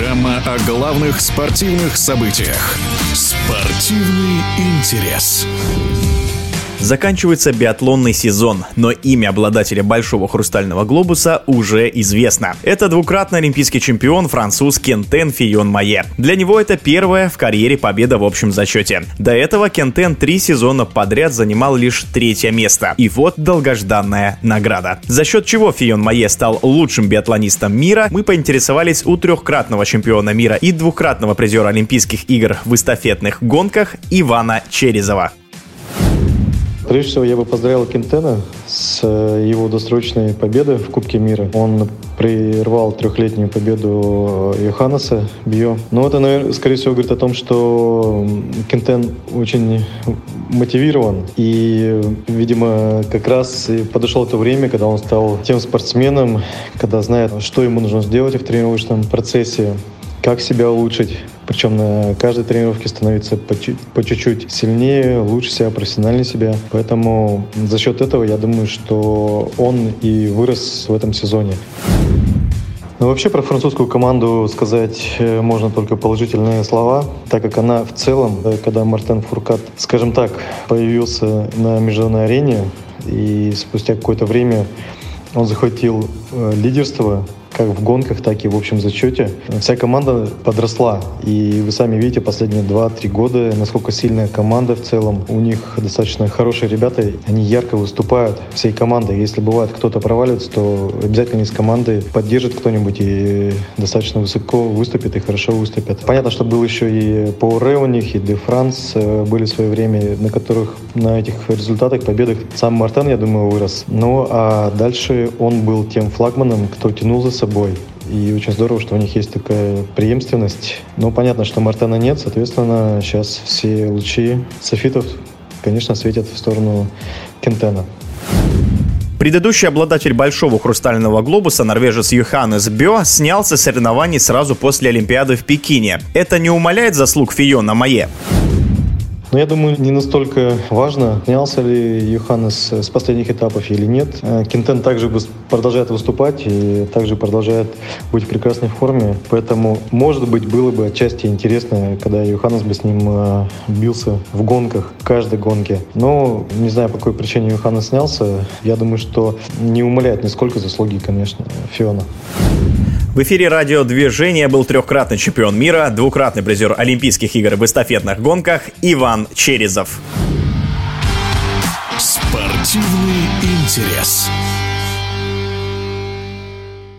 Программа о главных спортивных событиях. Спортивный интерес. Заканчивается биатлонный сезон, но имя обладателя Большого хрустального глобуса уже известно. Это двукратный олимпийский чемпион, француз Кентен Фийон-Майе. Для него это первая в карьере победа в общем зачете. До этого Кентен 3 сезона подряд занимал лишь 3-е место. И вот долгожданная награда. За счет чего Фийон-Майе стал лучшим биатлонистом мира, мы поинтересовались у 3-кратного чемпиона мира и 2-кратного призера Олимпийских игр в эстафетных гонках Ивана Черезова. Прежде всего, я бы поздравил Кентена с его досрочной победой в Кубке мира. Он прервал 3-летнюю победу Йоханнеса Био. Но это, наверное, скорее всего, говорит о том, что Кентен очень мотивирован. И, видимо, как раз подошло то время, когда он стал тем спортсменом, когда знает, что ему нужно сделать в тренировочном процессе, как себя улучшить. Причем на каждой тренировке становиться по чуть-чуть сильнее, лучше себя, профессиональнее себя. Поэтому за счет этого я думаю, что он и вырос в этом сезоне. Но вообще про французскую команду сказать можно только положительные слова, так как она в целом, когда Мартен Фуркат, скажем так, появился на международной арене, и спустя какое-то время он захватил лидерство как в гонках, так и в общем зачете. Вся команда подросла. И вы сами видите последние 2-3 года, насколько сильная команда в целом. У них достаточно хорошие ребята. Они ярко выступают всей командой. Если бывает кто-то проваливается, то обязательно из команды поддержит кто-нибудь и достаточно высоко выступит и хорошо выступит. Понятно, что был еще и Пауре у них, и Де Франс были в свое время, на которых на этих результатах, победах сам Мартен, я думаю, вырос. Ну а дальше он был тем флагманом, кто тянул за собой. И очень здорово, что у них есть такая преемственность. Но понятно, что Мартена нет, соответственно, сейчас все лучи софитов, конечно, светят в сторону Кентена. Предыдущий обладатель Большого хрустального глобуса, норвежец Йоханнес Био, снялся с соревнований сразу после Олимпиады в Пекине. Это не умаляет заслуг Фийона-Майе? Но я думаю, не настолько важно, снялся ли Йоханнес с последних этапов или нет. Кентен также продолжает выступать и также продолжает быть в прекрасной форме. Поэтому, может быть, было бы отчасти интересно, когда Йоханнес бы с ним бился в гонках, в каждой гонке. Но не знаю, по какой причине Йоханнес снялся. Я думаю, что не умаляет нисколько заслуги, конечно, Фиона. В эфире радиодвижения был 3-кратный чемпион мира, 2-кратный призер Олимпийских игр в эстафетных гонках Иван Черезов. Спортивный интерес.